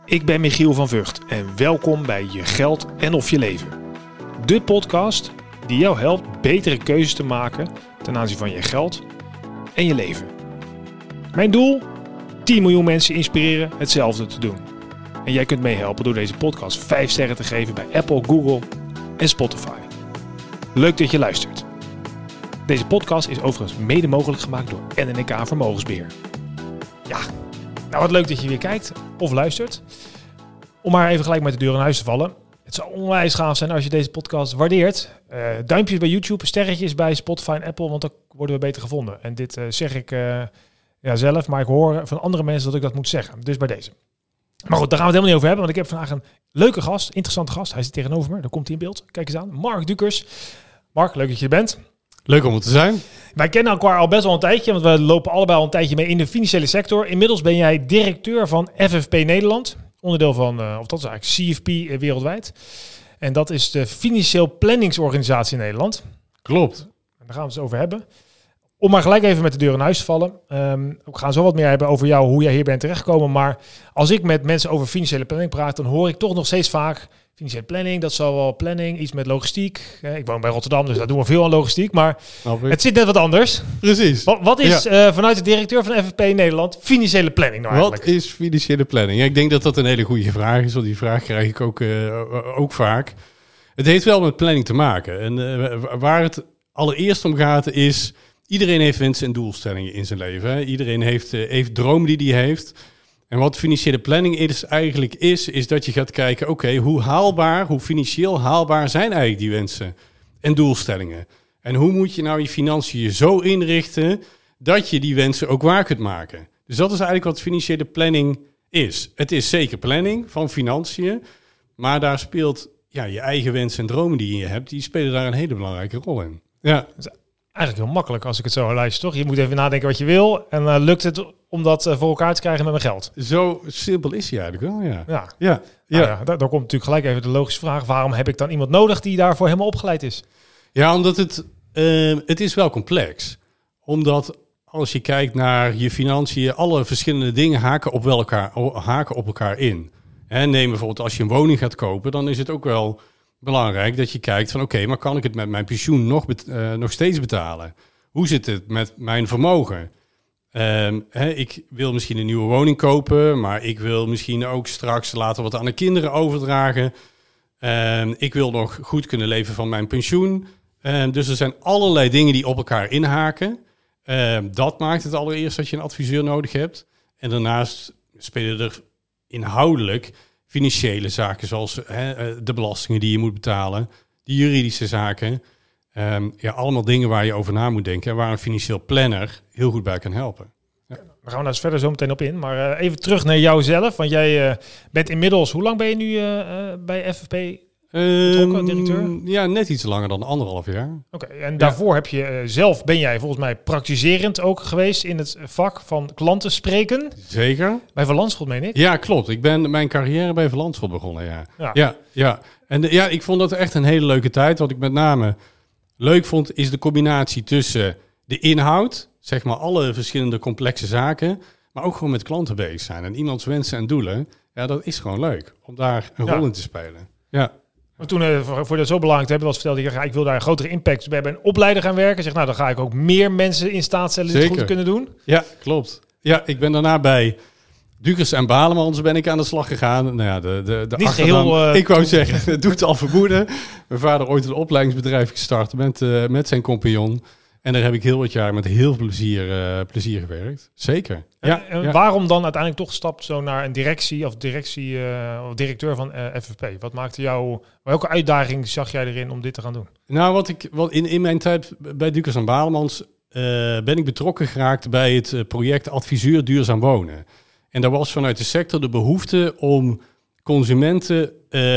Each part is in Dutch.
Ik ben Michiel van Vught en welkom bij Je Geld en of Je Leven. De podcast die jou helpt betere keuzes te maken ten aanzien van je geld en je leven. Mijn doel? 10 miljoen mensen inspireren hetzelfde te doen. En jij kunt meehelpen door deze podcast 5 sterren te geven bij Apple, Google en Spotify. Leuk dat je luistert. Deze podcast is overigens mede mogelijk gemaakt door NNK Vermogensbeheer. Ja, nou wat leuk dat je weer kijkt of luistert. Om maar even gelijk met de deur in huis te vallen. Het zou onwijs gaaf zijn als je deze podcast waardeert. Duimpjes bij YouTube, sterretjes bij Spotify en Apple, want dan worden we beter gevonden. En dit zeg ik zelf, maar ik hoor van andere mensen dat ik dat moet zeggen. Dus bij deze. Maar goed, daar gaan we het helemaal niet over hebben, want ik heb vandaag een leuke gast, interessante gast. Hij zit tegenover me, daar komt hij in beeld. Kijk eens aan, Mark Dukers. Mark, leuk dat je er bent. Leuk om er te zijn. Wij kennen elkaar al best wel een tijdje, want we lopen allebei al een tijdje mee in de financiële sector. Inmiddels ben jij directeur van FFP Nederland, onderdeel van, of dat is eigenlijk CFP wereldwijd. En dat is de Financieel Planningsorganisatie in Nederland. Klopt. En daar gaan we het over hebben. Om maar gelijk even met de deur in huis te vallen. We gaan zo wat meer hebben over jou, hoe jij hier bent terechtgekomen. Maar als ik met mensen over financiële planning praat, dan hoor ik toch nog steeds vaak financiële planning, dat zal wel planning, iets met logistiek. Ik woon bij Rotterdam, dus daar doen we veel aan logistiek. Maar het zit net wat anders. Precies. Wat is vanuit de directeur van FFP Nederland financiële planning nou eigenlijk? Wat is financiële planning? Ja, ik denk dat dat een hele goede vraag is, want die vraag krijg ik ook vaak. Het heeft wel met planning te maken. En waar het allereerst om gaat is, iedereen heeft wensen en doelstellingen in zijn leven. Hè? Iedereen heeft dromen die hij heeft. En wat financiële planning is dat je gaat kijken, oké, hoe financieel haalbaar zijn eigenlijk die wensen en doelstellingen? En hoe moet je nou je financiën zo inrichten dat je die wensen ook waar kunt maken? Dus dat is eigenlijk wat financiële planning is. Het is zeker planning van financiën, maar daar speelt je eigen wensen en dromen die je hebt, die spelen daar een hele belangrijke rol in. Ja. Eigenlijk heel makkelijk als ik het zo luister, toch? Je moet even nadenken wat je wil en lukt het om dat voor elkaar te krijgen met mijn geld? Zo simpel is hij eigenlijk wel, ja. Daar komt natuurlijk gelijk even de logische vraag. Waarom heb ik dan iemand nodig die daarvoor helemaal opgeleid is? Ja, omdat het is wel complex. Omdat als je kijkt naar je financiën, alle verschillende dingen haken op elkaar in. En neem bijvoorbeeld als je een woning gaat kopen, dan is het ook wel belangrijk dat je kijkt van oké, maar kan ik het met mijn pensioen nog steeds betalen? Hoe zit het met mijn vermogen? Ik wil misschien een nieuwe woning kopen, maar ik wil misschien ook straks later wat aan de kinderen overdragen. Ik wil nog goed kunnen leven van mijn pensioen. Dus er zijn allerlei dingen die op elkaar inhaken. Dat maakt het allereerst dat je een adviseur nodig hebt. En daarnaast spelen er inhoudelijk financiële zaken, zoals de belastingen die je moet betalen, de juridische zaken. Allemaal dingen waar je over na moet denken en waar een financieel planner heel goed bij kan helpen. Ja. Daar gaan we nou verder zo meteen op in. Maar even terug naar jouzelf, want jij bent inmiddels, hoe lang ben je nu bij FFP betrokken, directeur? Ja, net iets langer dan 1,5 jaar. Oké, en daarvoor heb je ben jij volgens mij praktiserend ook geweest in het vak van klanten spreken. Zeker. Bij Van Lanschot, meen ik? Ja, klopt. Ik ben mijn carrière bij Van Lanschot begonnen, ja. En ik vond dat echt een hele leuke tijd. Wat ik met name leuk vond, is de combinatie tussen de inhoud, zeg maar alle verschillende complexe zaken, maar ook gewoon met klanten bezig zijn. En iemands wensen en doelen, dat is gewoon leuk om daar een rol in te spelen. Ja. Maar toen, voor dat zo belangrijk te hebben, was verteld, ik wil daar een grotere impact bij een opleider gaan werken. Zeg, nou, dan ga ik ook meer mensen in staat stellen die het goed kunnen doen. Ja, klopt. Ja, ik ben daarna bij Dukers en Balemans ben ik aan de slag gegaan. Nou ja, de niet geheel, ik wou zeggen, het doet al vermoeden. Mijn vader ooit een opleidingsbedrijf gestart met zijn compagnon. En daar heb ik heel wat jaar met heel veel plezier gewerkt. Zeker. En waarom dan uiteindelijk toch stap zo naar een directie of directeur van FFP? Wat maakte jou, welke uitdaging zag jij erin om dit te gaan doen? Nou, in mijn tijd bij Dukers en Balemans ben ik betrokken geraakt bij het project Adviseur Duurzaam Wonen. En daar was vanuit de sector de behoefte om consumenten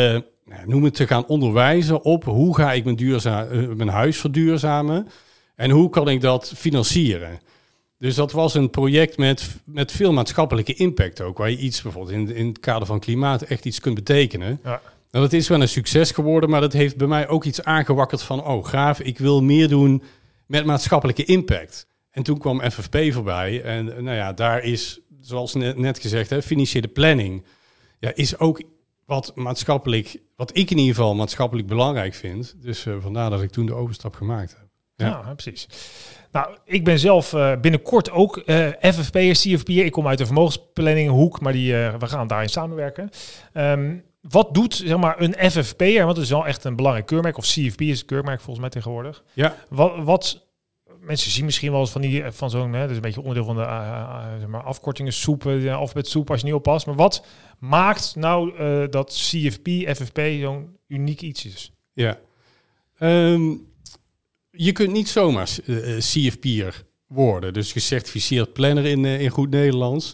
te gaan onderwijzen op hoe ga ik mijn huis verduurzamen en hoe kan ik dat financieren. Dus dat was een project met veel maatschappelijke impact ook, waar je iets bijvoorbeeld in het kader van klimaat echt iets kunt betekenen. Ja. Nou, dat is wel een succes geworden, maar dat heeft bij mij ook iets aangewakkerd van, gaaf, ik wil meer doen met maatschappelijke impact. En toen kwam FFP voorbij en daar is, zoals net gezegd, financiële planning is ook wat ik in ieder geval maatschappelijk belangrijk vind. Dus vandaar dat ik toen de overstap gemaakt heb. Ja, precies. Nou, ik ben zelf binnenkort ook FFP'er, CFP'er. Ik kom uit de vermogensplanningenhoek, maar we gaan daarin samenwerken. Wat doet zeg maar een FFP'er? Want het is wel echt een belangrijk keurmerk. Of CFP is het keurmerk volgens mij tegenwoordig. Ja. Wat mensen zien misschien wel eens van zo'n, dat is een beetje onderdeel van de zeg maar afkortingen, soep, alfabetsoep als je niet oppast. Maar wat maakt nou dat CFP, FFP zo'n uniek iets is? Ja. Je kunt niet zomaar CFP'er worden, dus gecertificeerd planner in goed Nederlands.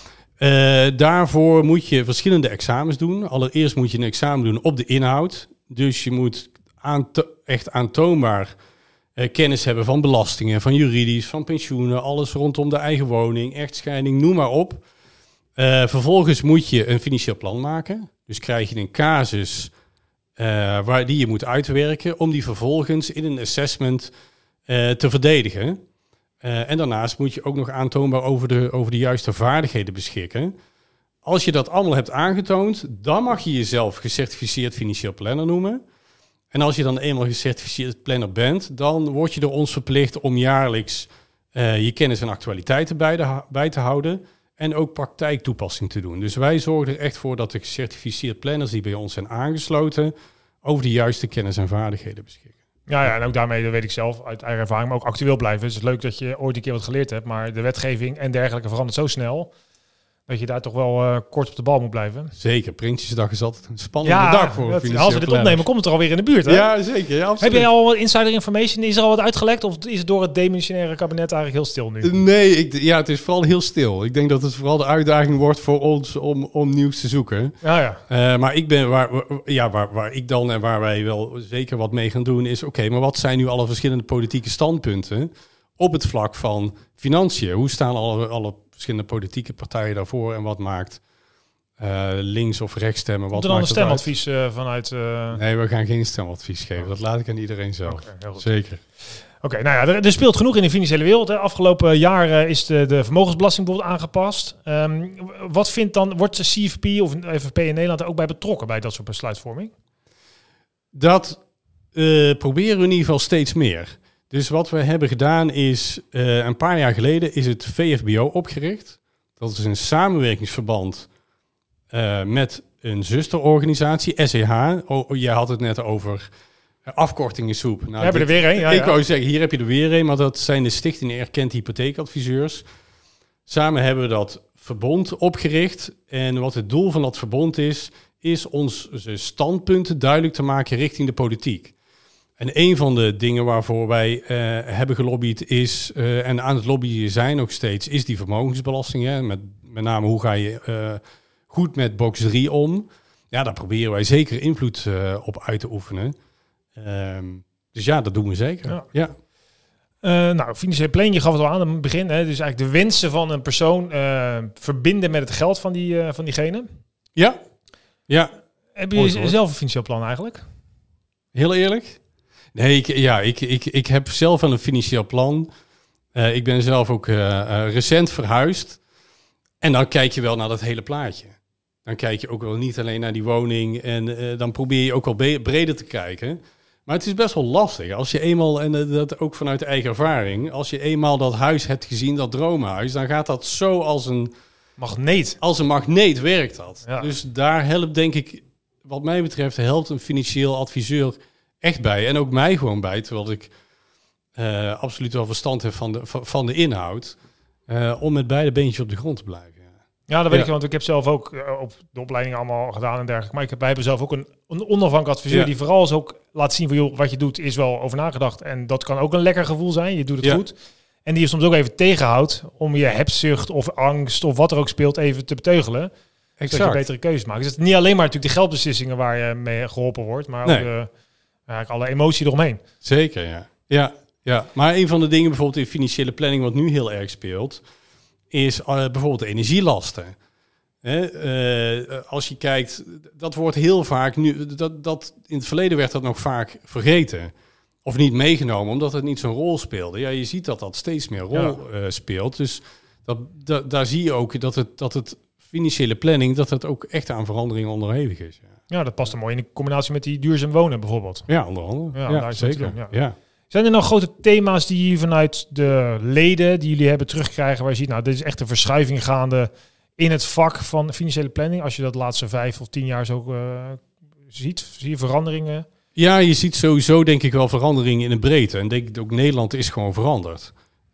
Daarvoor moet je verschillende examens doen. Allereerst moet je een examen doen op de inhoud. Dus je moet echt aantoonbaar kennis hebben van belastingen, van juridisch, van pensioenen, alles rondom de eigen woning, echtscheiding, noem maar op. Vervolgens moet je een financieel plan maken. Dus krijg je een casus die je moet uitwerken om die vervolgens in een assessment te verdedigen. En daarnaast moet je ook nog aantoonbaar over de juiste vaardigheden beschikken. Als je dat allemaal hebt aangetoond, dan mag je jezelf gecertificeerd financieel planner noemen. En als je dan eenmaal gecertificeerd planner bent, dan word je door ons verplicht om jaarlijks je kennis en actualiteiten bij te houden en ook praktijktoepassing te doen. Dus wij zorgen er echt voor dat de gecertificeerd planners die bij ons zijn aangesloten over de juiste kennis en vaardigheden beschikken. Ja, en ook daarmee, dat weet ik zelf uit eigen ervaring, maar ook actueel blijven. Dus het is leuk dat je ooit een keer wat geleerd hebt, maar de wetgeving en dergelijke verandert zo snel dat je daar toch wel kort op de bal moet blijven. Zeker, Prinsjesdag is altijd een spannende dag voor financieel als we dit opnemen, komt het er alweer in de buurt, hè? Ja, zeker. Ja, heb jij al wat insider information? Is er al wat uitgelekt of is het door het demissionaire kabinet eigenlijk heel stil nu? Nee, het is vooral heel stil. Ik denk dat het vooral de uitdaging wordt voor ons om nieuws te zoeken. Ja. Maar ik ben waar ik dan en waar wij wel zeker wat mee gaan doen is, oké, maar wat zijn nu alle verschillende politieke standpunten op het vlak van financiën? Hoe staan alle verschillende politieke partijen daarvoor en wat maakt links of rechts stemmen? Wat er dan een stemadvies vanuit... Nee, we gaan geen stemadvies geven. Dat laat ik aan iedereen zelf. Okay, zeker. Oké, nou ja, er speelt genoeg in de financiële wereld. Hè. Afgelopen jaar is de vermogensbelasting bijvoorbeeld aangepast. Wat wordt de CFP of FFP in Nederland er ook bij betrokken bij dat soort besluitvorming? Dat proberen we in ieder geval steeds meer. Dus wat we hebben gedaan is, een paar jaar geleden is het VFBO opgericht. Dat is een samenwerkingsverband met een zusterorganisatie, SEH. Jij had het net over afkortingensoep. Nou, we hebben er weer een. Ik wou zeggen, hier heb je er weer een, maar dat zijn de Stichting Erkend Hypotheekadviseurs. Samen hebben we dat verbond opgericht. En wat het doel van dat verbond is onze standpunten duidelijk te maken richting de politiek. En een van de dingen waarvoor wij hebben gelobbyd is, en aan het lobbyen zijn nog steeds, is die vermogensbelasting. Hè? Met name hoe ga je goed met box 3 om. Ja, daar proberen wij zeker invloed op uit te oefenen. Dus ja, dat doen we zeker. Ja. Nou, financiële planning, je gaf het al aan het begin. Hè? Dus eigenlijk de wensen van een persoon verbinden met het geld van diegene. Ja. Heb je zelf een financieel plan eigenlijk? Heel eerlijk? Nee, ik heb zelf wel een financieel plan. Ik ben zelf ook recent verhuisd. En dan kijk je wel naar dat hele plaatje. Dan kijk je ook wel niet alleen naar die woning. En dan probeer je ook wel breder te kijken. Maar het is best wel lastig. Als je eenmaal, en dat ook vanuit eigen ervaring, als je eenmaal dat huis hebt gezien, dat droomhuis, dan gaat dat zo als een magneet. Als een magneet werkt dat. Ja. Dus daar helpt, denk ik, wat mij betreft, helpt een financieel adviseur echt bij. En ook mij gewoon bij, terwijl ik absoluut wel verstand heb van de inhoud. Om met beide beentjes op de grond te blijven. Ja, dat weet ik, want ik heb zelf ook op de opleiding allemaal gedaan en dergelijke. Maar wij hebben zelf ook een onafhankelijk adviseur die vooral ook laat zien van, joh, wat je doet is wel over nagedacht. En dat kan ook een lekker gevoel zijn. Je doet het goed. En die je soms ook even tegenhoudt om je hebzucht of angst of wat er ook speelt even te beteugelen. Exact. Dat je betere keuzes maakt. Dus het is niet alleen maar natuurlijk de geldbeslissingen waar je mee geholpen wordt, maar ook eigenlijk alle emotie eromheen. Zeker, ja. Maar een van de dingen bijvoorbeeld in financiële planning wat nu heel erg speelt, is bijvoorbeeld de energielasten. Als je kijkt, dat wordt heel vaak nu, dat in het verleden werd dat nog vaak vergeten. Of niet meegenomen, omdat het niet zo'n rol speelde. Ja, je ziet dat steeds meer rol speelt. Dus daar zie je ook dat het financiële planning, dat het ook echt aan verandering onderhevig is. Ja, dat past er mooi in de combinatie met die duurzaam wonen bijvoorbeeld. Ja, onder andere. Ja, Ja, daar is het zeker. te doen, Ja. Zijn er nou grote thema's die je vanuit de leden die jullie hebben terugkrijgen, waar je ziet, nou, dit is echt een verschuiving gaande in het vak van financiële planning, als je dat de laatste 5 of 10 jaar zo ziet? Zie je veranderingen? Ja, je ziet sowieso denk ik wel veranderingen in de breedte. En denk ik ook Nederland is gewoon veranderd.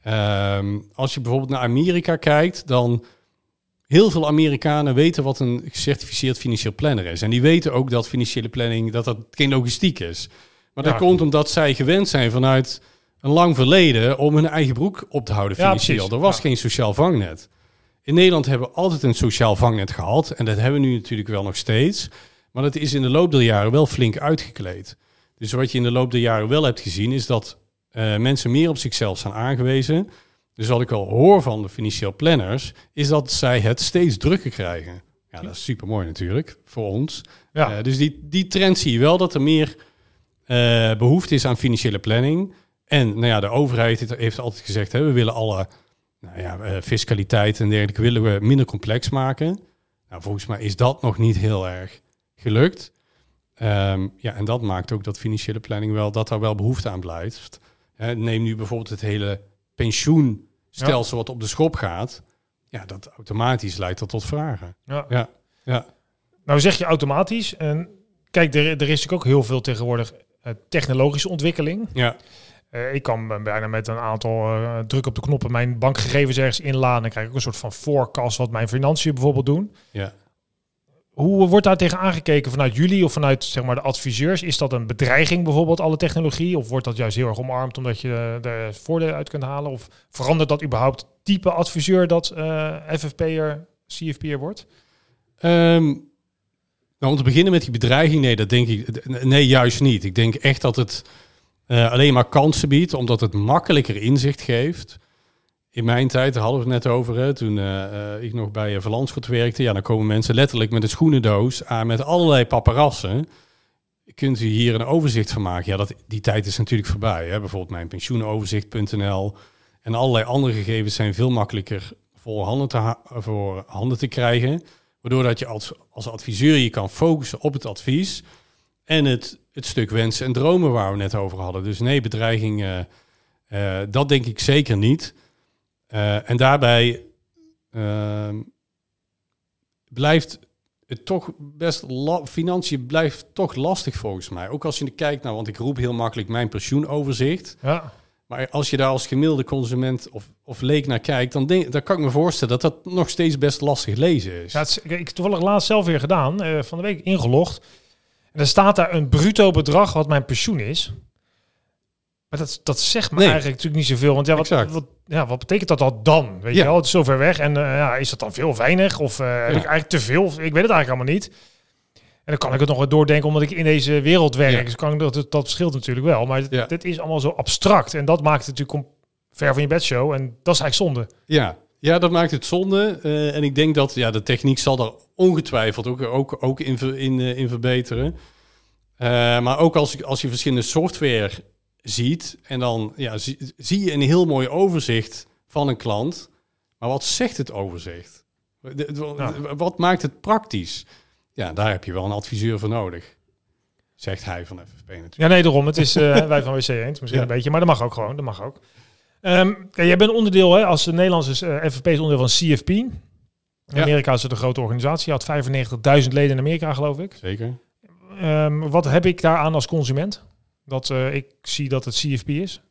Als je bijvoorbeeld naar Amerika kijkt, dan heel veel Amerikanen weten wat een gecertificeerd financieel planner is. En die weten ook dat financiële planning, dat geen logistiek is. Maar dat komt omdat zij gewend zijn vanuit een lang verleden om hun eigen broek op te houden financieel. Er was geen sociaal vangnet. In Nederland hebben we altijd een sociaal vangnet gehad. En dat hebben we nu natuurlijk wel nog steeds. Maar dat is in de loop der jaren wel flink uitgekleed. Dus wat je in de loop der jaren wel hebt gezien, is dat mensen meer op zichzelf zijn aangewezen. Dus wat ik wel hoor van de financieel planners, is dat zij het steeds drukker krijgen. Ja, dat is super mooi natuurlijk, voor ons. Ja. Dus die trend zie je wel, dat er meer behoefte is aan financiële planning. En nou ja, de overheid heeft altijd gezegd, we willen alle fiscaliteit en dergelijke willen we minder complex maken. Nou, volgens mij is dat nog niet heel erg gelukt. En dat maakt ook dat financiële planning wel, dat daar wel behoefte aan blijft. Neem nu bijvoorbeeld het hele pensioenstelsel wat op de schop gaat. Ja, dat automatisch leidt dat tot vragen. Ja. Nou zeg je automatisch. En kijk, er is natuurlijk ook heel veel tegenwoordig technologische ontwikkeling. Ja. Ik kan bijna met een aantal druk op de knoppen mijn bankgegevens ergens inladen. Dan krijg ik ook een soort van forecast wat mijn financiën bijvoorbeeld doen. Ja. Hoe wordt daar tegen aangekeken vanuit jullie of vanuit zeg maar de adviseurs? Is dat een bedreiging bijvoorbeeld, alle technologie? Of wordt dat juist heel erg omarmd omdat je er voordelen uit kunt halen? Of verandert dat überhaupt type adviseur dat FFP'er, CFP'er wordt? Om te beginnen met die bedreiging, nee, dat denk ik. Nee, juist niet. Ik denk echt dat het alleen maar kansen biedt, omdat het makkelijker inzicht geeft. In mijn tijd, daar hadden we het net over, toen ik nog bij Verlandschot werkte. Ja, dan komen mensen letterlijk met een schoenendoos aan met allerlei paparassen. Kunt u hier een overzicht van maken? Ja, die tijd is natuurlijk voorbij. Hè? Bijvoorbeeld mijn pensioenoverzicht.nl en allerlei andere gegevens zijn veel makkelijker voor handen te krijgen. Waardoor dat je als adviseur je kan focussen op het advies en het stuk wensen en dromen waar we net over hadden. Dus nee, bedreiging, dat denk ik zeker niet. En daarbij blijft het toch best... Financiën blijft toch lastig volgens mij. Ook als je kijkt naar... Want ik roep heel makkelijk mijn pensioenoverzicht. Ja. Maar als je daar als gemiddelde consument of leek naar kijkt... Dan kan ik me voorstellen dat dat nog steeds best lastig lezen is. Ja, ik heb toevallig laatst zelf weer gedaan. Van de week ingelogd. En er staat daar een bruto bedrag wat mijn pensioen is. Maar dat zegt me eigenlijk natuurlijk niet zoveel. Want wat betekent dat dan? Weet je wel, het is zo ver weg. En is dat dan veel of weinig? Of heb ik eigenlijk te veel? Ik weet het eigenlijk allemaal niet. En dan kan ik het nog wel doordenken omdat ik in deze wereld werk. Ja. Dus kan ik dat verschilt natuurlijk wel. Maar dit is allemaal zo abstract. En dat maakt het natuurlijk ver van je bedshow. En dat is eigenlijk zonde. Ja, dat maakt het zonde. En ik denk dat de techniek zal daar ongetwijfeld ook in verbeteren. Maar ook als je verschillende software ziet en dan zie je een heel mooi overzicht van een klant. Maar wat zegt het overzicht? Wat maakt het praktisch? Ja, daar heb je wel een adviseur voor nodig. Zegt hij van FFP natuurlijk. Ja, nee, daarom. Het is wij van WC Eend misschien een beetje, maar dat mag ook gewoon. Dat mag ook. Jij bent onderdeel, als de Nederlandse FFP is onderdeel van CFP. In Amerika is het een grote organisatie. Je had 95.000 leden in Amerika, geloof ik. Zeker. Wat heb ik daaraan als consument? Dat ik zie dat het CFP is?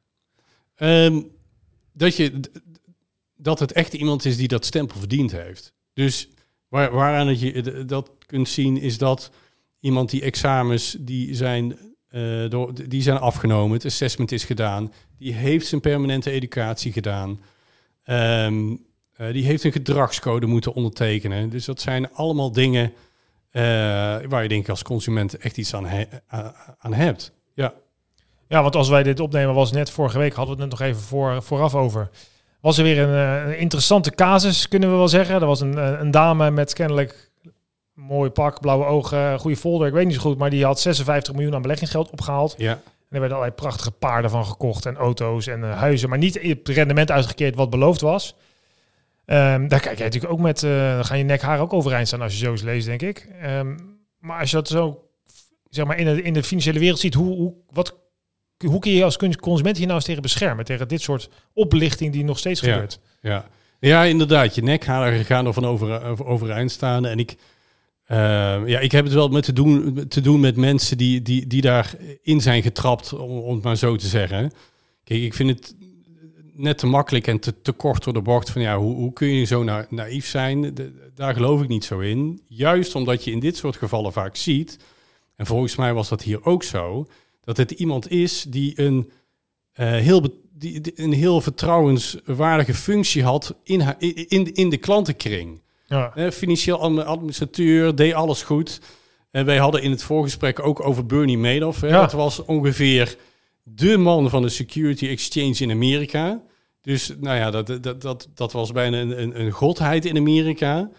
Dat het echt iemand is die dat stempel verdiend heeft. Dus waaraan je dat kunt zien is dat iemand die examens die zijn afgenomen, het assessment is gedaan, die heeft zijn permanente educatie gedaan, die heeft een gedragscode moeten ondertekenen. Dus dat zijn allemaal dingen waar je denk ik als consument echt iets aan hebt. Ja, want als wij dit opnemen was net vorige week, hadden we het net nog even vooraf over. Was er weer een interessante casus, kunnen we wel zeggen. Er was een dame met kennelijk mooi pak, blauwe ogen, goede folder, ik weet niet zo goed, maar die had 56 miljoen aan beleggingsgeld opgehaald. Ja. En er werden allerlei prachtige paarden van gekocht en auto's en huizen, maar niet het rendement uitgekeerd wat beloofd was. Daar kijk jij natuurlijk ook met... dan gaan je nekharen ook overeind staan als je zo eens leest, denk ik. Maar als je dat zo, zeg maar, in de financiële wereld ziet, hoe kun je als consument hier nou eens tegen beschermen? Tegen dit soort oplichting die nog steeds gebeurt? Ja, inderdaad. Je nekharen gaan er van overeind staan. En ik heb het wel te doen met mensen die daarin zijn getrapt, om het maar zo te zeggen. Kijk, ik vind het net te makkelijk en te kort door de bocht van hoe kun je zo naïef zijn? Daar geloof ik niet zo in. Juist omdat je in dit soort gevallen vaak ziet, en volgens mij was dat hier ook zo, dat het iemand is die een heel vertrouwenswaardige functie had in de klantenkring. Ja. Financieel administrateur, deed alles goed. En wij hadden in het voorgesprek ook over Bernie Madoff. Ja. Dat was ongeveer de man van de Security Exchange in Amerika. Dus dat was bijna een godheid in Amerika.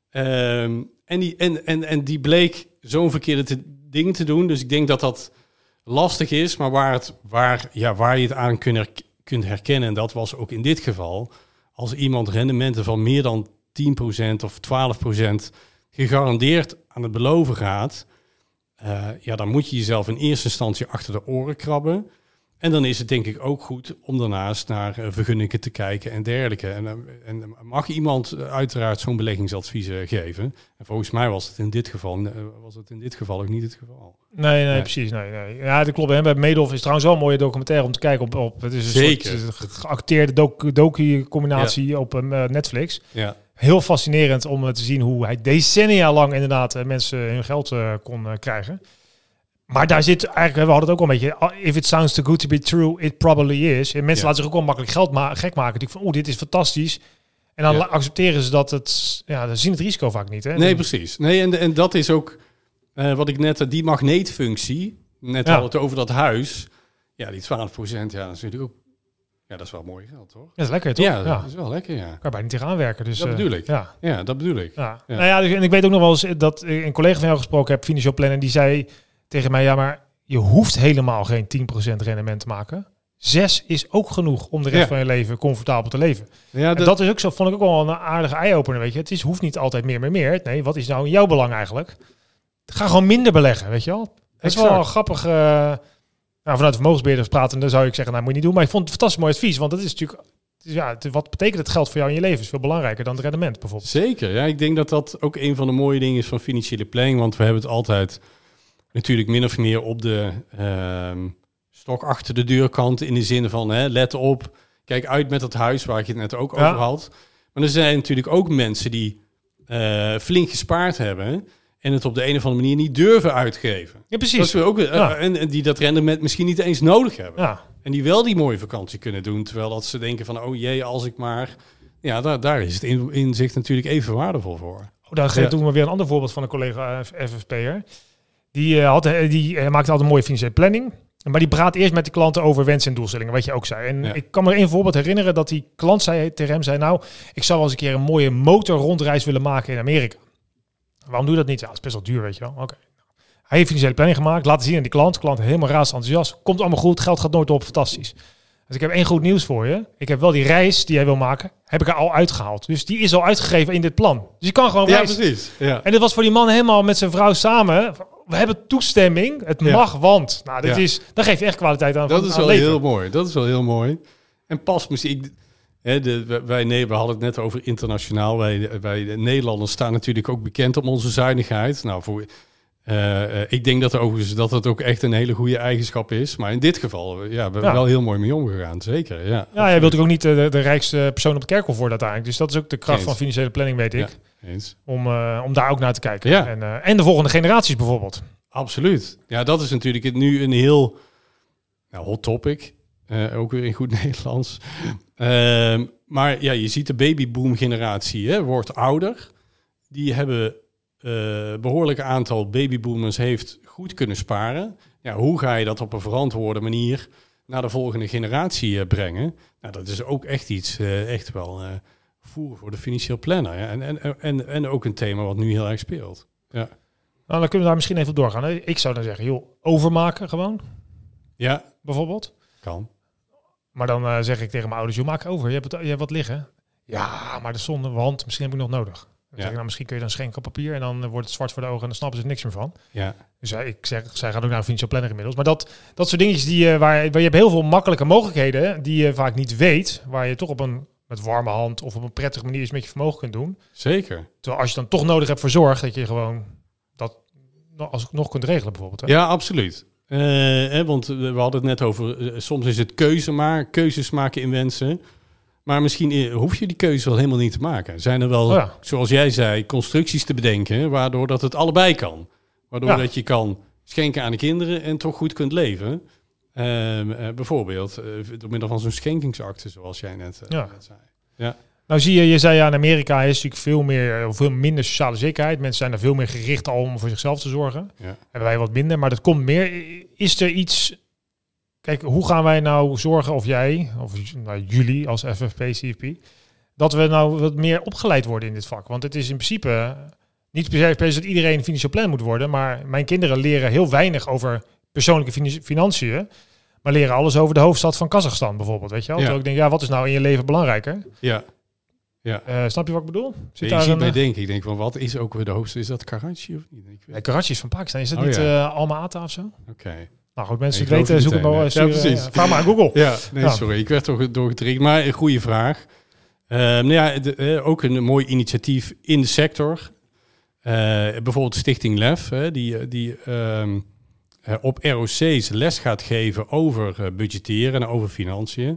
En die bleek zo'n verkeerde dingen te doen. Dus ik denk dat lastig is, maar waar je het aan kunt herkennen, en dat was ook in dit geval, als iemand rendementen van meer dan 10% of 12% gegarandeerd aan het beloven gaat, dan moet je jezelf in eerste instantie achter de oren krabben. En dan is het denk ik ook goed om daarnaast naar vergunningen te kijken en dergelijke. En mag iemand uiteraard zo'n beleggingsadvies geven? En volgens mij was het in dit geval ook niet het geval. Nee, precies. Nee. Ja, dat klopt. Hè. Bij Madoff is trouwens wel een mooie documentaire om te kijken op. Het is een soort geacteerde docu-combinatie op Netflix. Ja. Heel fascinerend om te zien hoe hij decennia lang inderdaad mensen hun geld kon krijgen. Maar daar zit eigenlijk, we hadden het ook al een beetje, if it sounds too good to be true, it probably is. En mensen laten zich ook wel makkelijk geld gek maken. Die van, dit is fantastisch. En dan accepteren ze dat ze zien het risico vaak niet. Hè? Nee, precies. Nee, en dat is ook wat ik net, die magneetfunctie, hadden het over dat huis. Ja, die 12%, dat is natuurlijk ook, dat is wel mooi geld, toch? Dat is lekker, toch? Ja, dat is wel lekker, ja. Kan je bijna niet tegenaan werken. Dus, dat bedoel ik. Ja, dat bedoel ik. Ja. Ja. Nou ja, dus, en ik weet ook nog wel eens dat ik een collega van jou gesproken heb, financieel planner, die zei tegen mij, ja, maar je hoeft helemaal geen 10% rendement te maken. 6 is ook genoeg om de rest van je leven comfortabel te leven. Ja, dat is ook zo, vond ik ook wel een aardige eye-opener, weet je. Het hoeft niet altijd meer. Nee, wat is nou in jouw belang eigenlijk? Ga gewoon minder beleggen, weet je wel. Dat is wel grappig. Vanuit vermogensbeheerders praten, dan zou ik zeggen, moet je niet doen. Maar ik vond het fantastisch mooi advies, want dat is natuurlijk, wat betekent het geld voor jou in je leven? Is veel belangrijker dan het rendement bijvoorbeeld. Zeker, ja. Ik denk dat dat ook een van de mooie dingen is van financiële planning, want we hebben het altijd natuurlijk min of meer op de stok achter de deurkant, in de zin van, let op, kijk uit met het huis waar ik het net ook over had. Maar er zijn natuurlijk ook mensen die flink gespaard hebben en het op de een of andere manier niet durven uitgeven. Ja, precies. Dat is ook, en die dat rendement misschien niet eens nodig hebben. Ja. En die wel die mooie vakantie kunnen doen, terwijl dat ze denken van, oh jee, als ik maar... Ja, daar is het inzicht natuurlijk even waardevol voor. Daar doen we weer een ander voorbeeld van een collega FFP'er. Die maakte altijd een mooie financiële planning. Maar die praat eerst met de klanten over wensen en doelstellingen, wat je ook zei. En ik kan me één voorbeeld herinneren dat die klant tegen hem zei, nou, ik zou wel eens een keer een mooie motorrondreis willen maken in Amerika. Waarom doe je dat niet? Ja, het is best wel duur, weet je wel. Oké. Hij heeft financiële planning gemaakt, laten zien aan die klant. Klant helemaal enthousiast. Komt allemaal goed, geld gaat nooit op, fantastisch. Dus ik heb één goed nieuws voor je. Ik heb wel die reis die jij wil maken, heb ik er al uitgehaald. Dus die is al uitgegeven in dit plan. Dus je kan gewoon reizen. Ja, precies. Ja. En dit was voor die man helemaal met zijn vrouw samen. We hebben toestemming, het mag, want. Nou, dan geef je echt kwaliteit aan. Dat is wel heel mooi. Dat is wel heel mooi. En pas misschien... we hadden het net over internationaal. Wij de Nederlanders staan natuurlijk ook bekend om onze zuinigheid. Nou, ik denk dat het ook echt een hele goede eigenschap is. Maar in dit geval, we hebben wel heel mooi mee omgegaan. Zeker, ja. Ja, jij wilt ook niet de rijkste persoon op het kerkhof worden uiteindelijk. Dus dat is ook de kracht van financiële planning, weet ik. Eens. Om daar ook naar te kijken. Ja. En de volgende generaties bijvoorbeeld. Absoluut. Ja, dat is natuurlijk nu een heel hot topic. Ook weer in goed Nederlands. Maar ja, je ziet de babyboom generatie wordt ouder. Die hebben behoorlijk aantal babyboomers heeft goed kunnen sparen. Ja, hoe ga je dat op een verantwoorde manier naar de volgende generatie brengen? Nou, dat is ook echt iets echt wel voer voor de financieel planner. Ja? En ook een thema wat nu heel erg speelt. Ja. Nou, dan kunnen we daar misschien even op doorgaan. Hè? Ik zou dan zeggen, joh, overmaken gewoon. Ja. Bijvoorbeeld. Kan. Maar dan zeg ik tegen mijn ouders, joh, maak over. Je hebt wat liggen. Ja, maar de zonde, want misschien heb ik nog nodig. Dan Ja. zeg ik, nou, misschien kun je dan schenken op papier en dan wordt het zwart voor de ogen en dan snappen ze er niks meer van. Ja. Dus ik zeg, zij gaat ook naar een financieel planner inmiddels. Maar dat soort dingetjes waar je hebt heel veel makkelijke mogelijkheden die je vaak niet weet, waar je toch met warme hand of op een prettige manier iets met je vermogen kunt doen. Zeker. Terwijl als je dan toch nodig hebt voor zorg, dat je gewoon dat nog kunt regelen bijvoorbeeld. Hè? Ja, absoluut. Want we hadden het net over, soms is het keuzes maken in wensen. Maar misschien hoef je die keuze wel helemaal niet te maken. Zijn er wel, zoals jij zei, constructies te bedenken, waardoor dat het allebei kan. Waardoor dat je kan schenken aan de kinderen en toch goed kunt leven. Bijvoorbeeld door middel van zo'n schenkingsakte, zoals jij net zei. Ja. Nou zie je zei in Amerika is natuurlijk veel minder sociale zekerheid. Mensen zijn er veel meer gericht al om voor zichzelf te zorgen. Ja. Hebben wij wat minder, maar dat komt meer. Is er iets... Kijk, hoe gaan wij nou zorgen, of jij, of jullie als FFP, CFP, dat we nou wat meer opgeleid worden in dit vak? Want het is in principe niet per se dat iedereen financieel planner moet worden, maar mijn kinderen leren heel weinig over persoonlijke financiën, maar leren alles over de hoofdstad van Kazachstan bijvoorbeeld, weet je wel? Terwijl ik denk, wat is nou in je leven belangrijker? Ja. Ja. Snap je wat ik bedoel? Ik denk van, wat is ook weer de hoogste? Is dat Karachi of niet? Karachi is van Pakistan. Is dat niet Alma-Ata of zo? Oké. Nou goed, mensen die het weten, zoek het maar. Precies. Vraag maar aan Google. Ja, sorry. Ik werd toch doorgetriggerd. Maar een goede vraag. Ook een mooi initiatief in de sector. Bijvoorbeeld Stichting LEF, die op ROC's les gaat geven over budgetteren en over financiën.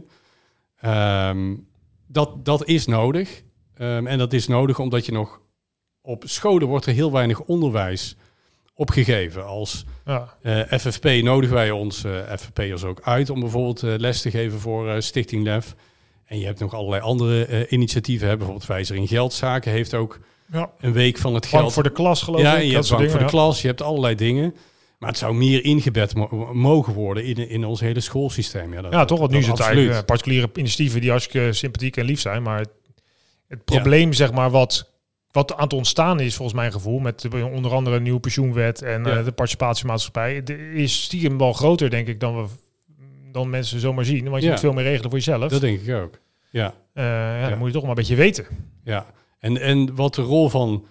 Dat is nodig. En dat is nodig omdat je nog op scholen wordt er heel weinig onderwijs opgegeven. Als FFP nodigen wij ons FFP'ers ook uit om bijvoorbeeld les te geven voor Stichting LEF. En je hebt nog allerlei andere initiatieven. Bijvoorbeeld Wijzer in Geldzaken heeft ook een week van het geld. Bank voor de klas, geloof ik. Ja, je hebt bank voor de klas. Je hebt allerlei dingen. Maar het zou meer ingebed mogen worden in ons hele schoolsysteem. Toch, want nu is het eigenlijk particuliere initiatieven die hartstikke sympathiek en lief zijn. Maar het probleem, zeg maar, wat aan het ontstaan is, volgens mijn gevoel, met onder andere een nieuwe pensioenwet en de participatiemaatschappij, is stiekem wel groter, denk ik, dan mensen zomaar zien. Want je moet veel meer regelen voor jezelf. Dat denk ik ook. Ja. Dan moet je toch maar een beetje weten. Ja. En wat de rol van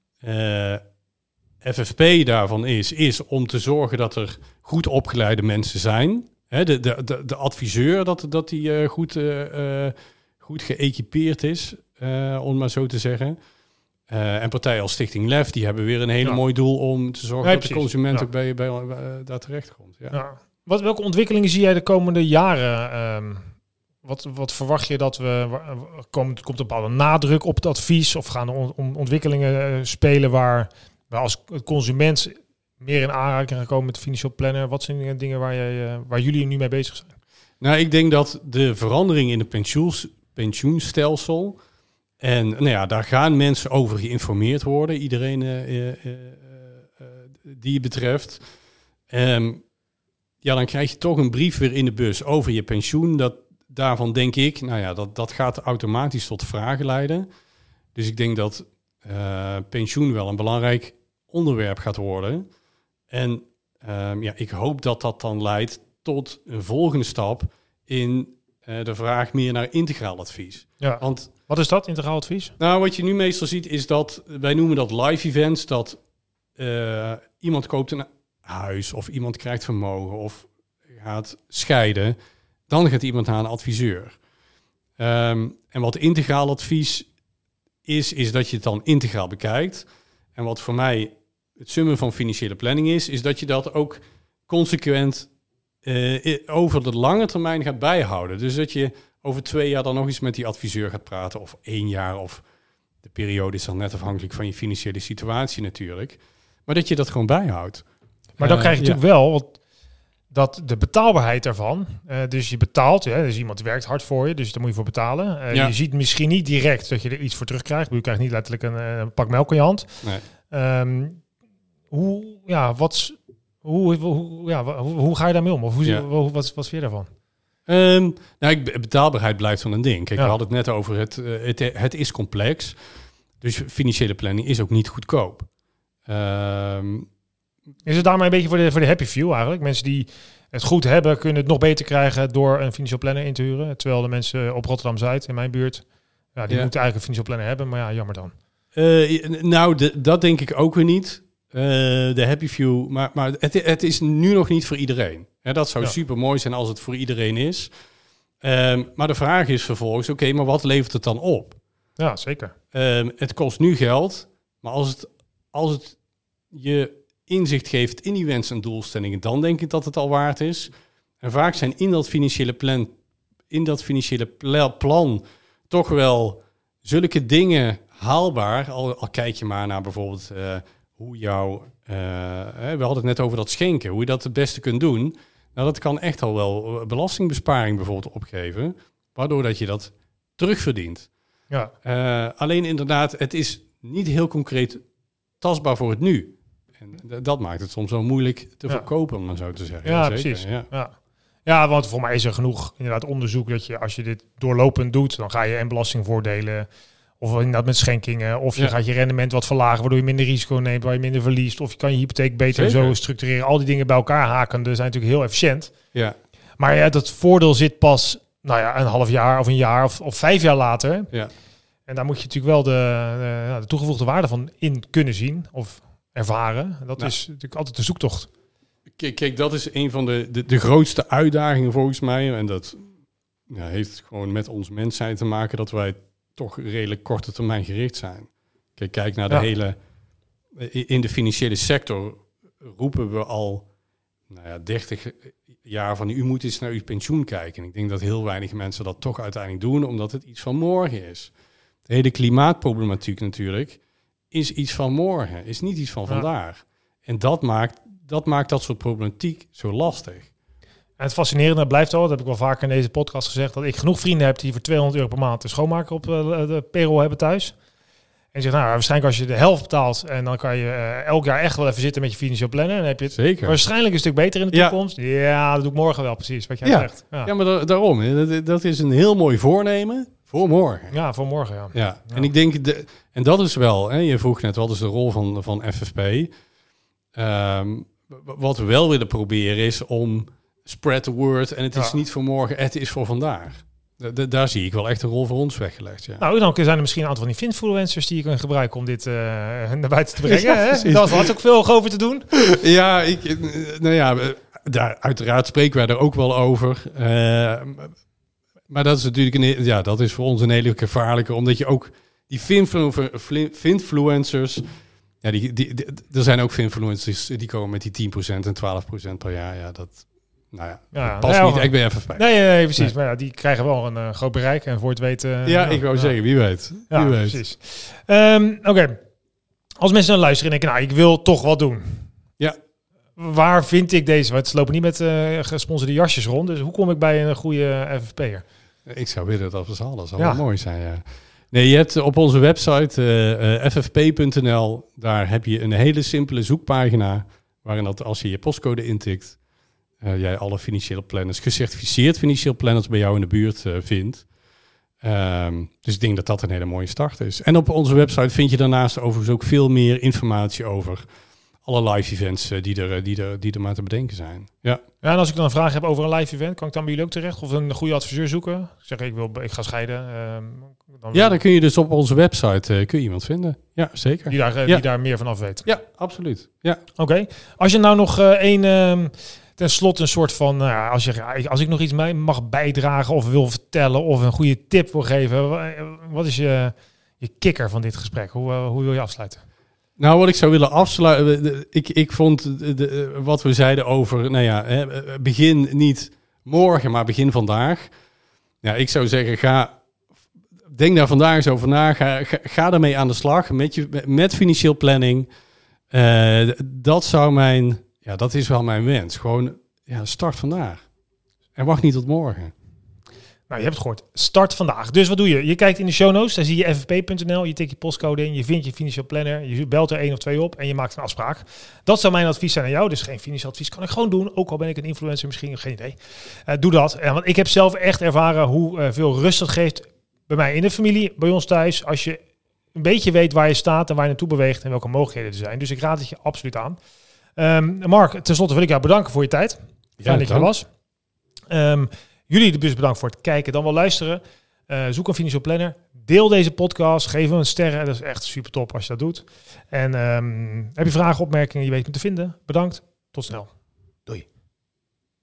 FFP daarvan is om te zorgen dat er goed opgeleide mensen zijn. De adviseur, dat die goed geëquipeerd is, om maar zo te zeggen. En partijen als Stichting LEF, die hebben weer een hele mooi doel om te zorgen dat de consument ook bij daar terecht komt. Ja. Welke ontwikkelingen zie jij de komende jaren? Wat verwacht je dat komt een bepaalde nadruk op het advies? Of gaan er ontwikkelingen spelen waar als consument meer in aanraking gaan komen met de financieel planner? Wat zijn dingen waar jullie nu mee bezig zijn? Nou, ik denk dat de verandering in het pensioenstelsel, en daar gaan mensen over geïnformeerd worden, iedereen die het betreft. Dan krijg je toch een brief weer in de bus over je pensioen. Daarvan denk ik, dat gaat automatisch tot vragen leiden. Dus ik denk dat pensioen wel een belangrijk onderwerp gaat worden. En ik hoop dat dat dan leidt tot een volgende stap in de vraag meer naar integraal advies. Ja. Want wat is dat, integraal advies? Nou, wat je nu meestal ziet is dat, wij noemen dat live events, dat iemand koopt een huis of iemand krijgt vermogen of gaat scheiden. Dan gaat iemand naar een adviseur. En wat integraal advies is dat je het dan integraal bekijkt. En wat voor mij het summen van financiële planning is dat je dat ook consequent over de lange termijn gaat bijhouden. Dus dat je over 2 jaar dan nog eens met die adviseur gaat praten, of 1 jaar, of de periode is dan net afhankelijk van je financiële situatie natuurlijk. Maar dat je dat gewoon bijhoudt. Maar dan krijg je natuurlijk wel dat de betaalbaarheid daarvan, dus je betaalt, dus iemand werkt hard voor je, dus daar moet je voor betalen. Je ziet misschien niet direct dat je er iets voor terugkrijgt. Je krijgt niet letterlijk een pak melk in je hand. Nee. Hoe ga je daarmee om? Of wat vind je daarvan? Betaalbaarheid blijft wel een ding. Kijk, we hadden het net over het is complex. Dus financiële planning is ook niet goedkoop. Is het daarmee een beetje voor de happy few eigenlijk? Mensen die het goed hebben, kunnen het nog beter krijgen door een financieel planner in te huren. Terwijl de mensen op Rotterdam-Zuid, in mijn buurt, Ja, die moeten eigenlijk een financieel planner hebben, maar ja, jammer dan. Dat denk ik ook weer niet. De Happy Few, maar het is nu nog niet voor iedereen. Dat zou super mooi zijn als het voor iedereen is. Maar de vraag is vervolgens, oké, maar wat levert het dan op? Ja, zeker. Het kost nu geld, maar als het je inzicht geeft in die wensen en doelstellingen, dan denk ik dat het al waard is. En vaak zijn in dat financiële plan toch wel zulke dingen haalbaar. Al kijk je maar naar bijvoorbeeld hoe we hadden het net over dat schenken, hoe je dat het beste kunt doen. Nou, dat kan echt al wel belastingbesparing bijvoorbeeld opgeven, waardoor dat je dat terugverdient. Ja. Alleen inderdaad, het is niet heel concreet tastbaar voor het nu. En dat maakt het soms wel moeilijk te verkopen, om dan zo te zeggen. Ja, zeker, precies. Ja, want voor mij is er genoeg inderdaad onderzoek dat je, als je dit doorlopend doet, dan ga je en belastingvoordelen, of inderdaad met schenkingen, of je gaat je rendement wat verlagen, waardoor je minder risico neemt, waar je minder verliest, of je kan je hypotheek beter zo structureren. Al die dingen bij elkaar haken, zijn natuurlijk heel efficiënt. Ja. Maar ja, dat voordeel zit pas, een half jaar of een jaar of 5 jaar later. Ja. En daar moet je natuurlijk wel de toegevoegde waarde van in kunnen zien of ervaren. Dat is natuurlijk altijd de zoektocht. Kijk, dat is een van de grootste uitdagingen volgens mij. En dat heeft gewoon met ons mens zijn te maken, dat wij toch redelijk korte termijn gericht zijn. Kijk naar de hele... In de financiële sector roepen we al 30 jaar van u moet eens naar uw pensioen kijken. En ik denk dat heel weinig mensen dat toch uiteindelijk doen, omdat het iets van morgen is. De hele klimaatproblematiek natuurlijk is iets van morgen, is niet iets van vandaag. En dat maakt dat soort problematiek zo lastig. En het fascinerende blijft wel, dat heb ik wel vaker in deze podcast gezegd, dat ik genoeg vrienden heb die voor €200 per maand de schoonmaker op de payroll hebben thuis. En je zegt, waarschijnlijk als je de helft betaalt en dan kan je elk jaar echt wel even zitten met je financieel plannen. Dan heb je het zeker waarschijnlijk een stuk beter in de toekomst. Ja, dat doe ik morgen wel precies, wat jij zegt. Ja, maar daarom. Dat is een heel mooi voornemen voor morgen. Ja, voor morgen, ja. En ik denk, en dat is wel, je vroeg net, wat is de rol van FFP? Wat we wel willen proberen is om spread the word. En het is niet voor morgen, het is voor vandaag. Daar zie ik wel echt een rol voor ons weggelegd. Ja. Nou, dan zijn er misschien een aantal van die influencers die je kan gebruiken om dit naar buiten te brengen. Ja, daar had ook veel over te doen. Ja, daar uiteraard spreken wij er ook wel over. Maar dat is natuurlijk dat is voor ons een hele gevaarlijke, omdat je ook die finfluencers, er zijn ook finfluencers die komen met die 10% en 12% per jaar. Ja, dat past niet echt bij FFP. Nee, precies. Nee. Maar ja, die krijgen wel een groot bereik. En voor het weten... ik wou zeggen, wie weet. Ja, wie weet. Precies. Oké. Als mensen naar luisteren en denken, ik wil toch wat doen. Ja. Waar vind ik deze? Want ze lopen niet met gesponsorde jasjes rond. Dus hoe kom ik bij een goede FFP'er? Ik zou willen dat we dat zou wel mooi zijn, ja. Nee, je hebt op onze website ffp.nl, daar heb je een hele simpele zoekpagina, waarin dat als je je postcode intikt, jij alle financiële planners, gecertificeerd financieel planners bij jou in de buurt vindt. Dus ik denk dat dat een hele mooie start is. En op onze website vind je daarnaast overigens ook veel meer informatie over alle live events die er maar te bedenken zijn. Ja. Ja, en als ik dan een vraag heb over een live event, kan ik dan bij jullie ook terecht? Of een goede adviseur zoeken? Ik zeg, ik ga scheiden. Dan kun je dus op onze website kun je iemand vinden. Ja, zeker. Die daar meer van af weet. Ja, absoluut. Ja. Oké. Als je nou nog ten slotte een soort van, als ik nog iets mag bijdragen of wil vertellen of een goede tip wil geven, wat is je kikker van dit gesprek? Hoe wil je afsluiten? Nou, wat ik zou willen afsluiten, ik vond wat we zeiden over, begin niet morgen, maar begin vandaag. Ja, ik zou zeggen, denk daar vandaag eens over na. Ga daarmee aan de slag met financieel planning. Dat is wel mijn wens. Gewoon, start vandaag. En wacht niet tot morgen. Nou, je hebt het gehoord. Start vandaag. Dus wat doe je? Je kijkt in de show notes, daar zie je ffp.nl, je tikt je postcode in, je vindt je financieel planner, je belt er 1 of 2 op en je maakt een afspraak. Dat zou mijn advies zijn aan jou. Dus geen financieel advies kan ik gewoon doen, ook al ben ik een influencer misschien, geen idee. Doe dat. Want ik heb zelf echt ervaren hoe veel rust dat geeft bij mij in de familie, bij ons thuis, als je een beetje weet waar je staat en waar je naartoe beweegt en welke mogelijkheden er zijn. Dus ik raad het je absoluut aan. Mark, tenslotte wil ik jou bedanken voor je tijd. Fijn dat je er was. Jullie dus bedankt voor het kijken, dan wel luisteren. Zoek een financieel planner. Deel deze podcast, geef hem een sterren. Dat is echt super top als je dat doet. En heb je vragen, opmerkingen, je weet me te vinden. Bedankt, tot snel. Doei.